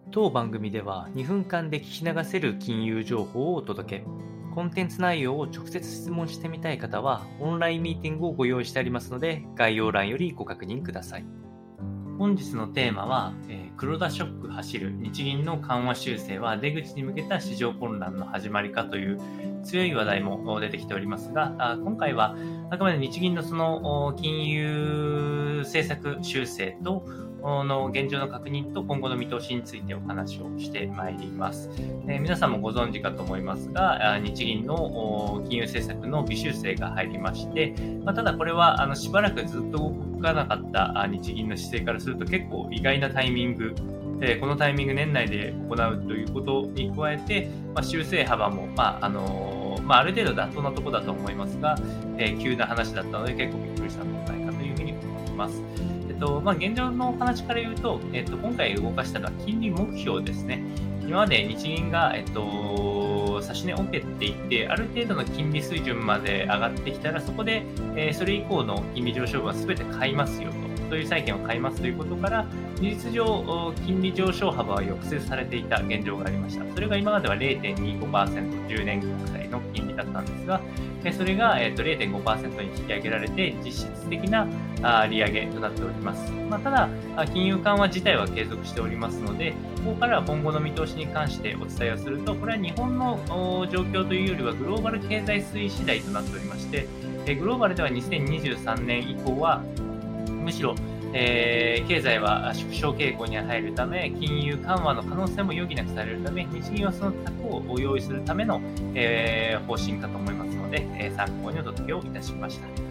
当番組では2分間で聞き流せる金融情報をお届け。コンテンツ内容を直接質問してみたい方はオンラインミーティングをご用意してありますので、概要欄よりご確認ください。本日のテーマは、黒田ショック走る日銀の緩和修正は出口に向けた市場混乱の始まりかという強い話題も出てきておりますが、今回はあくまで日銀のその金融政策修正との現状の確認と今後の見通しについてお話をしてまいります。皆さんもご存知かと思いますが、日銀の金融政策の微修正が入りまして、ただこれはしばらくずっと動かなかった日銀の姿勢からすると結構意外なタイミング、このタイミング年内で行うということに加えて、修正幅も、ある程度妥当なところだと思いますが、急な話だったので結構びっくりしたのではないかというふうに思います。現状のお話から言うと、今回動かしたのは金利目標ですね。今まで日銀が、指値を受けていて、ある程度の金利水準まで上がってきたら、そこで、それ以降の金利上昇分は全て買いますよと。そういう債券を買いますということから、事実上、金利上昇幅は抑制されていた現状がありました。それが今までは 0.25%、10年国債の金利だったんですが、それが 0.5% に引き上げられて、実質的な利上げとなっております。ただ、金融緩和自体は継続しておりますので、ここからは今後の見通しに関してお伝えをすると、これは日本の状況というよりはグローバル経済推移次第となっておりまして、グローバルでは2023年以降は、むしろ、経済は縮小傾向に入るため、金融緩和の可能性も余儀なくされるため、日銀はその策を用意するための、方針かと思いますので、参考にお届けをいたしました。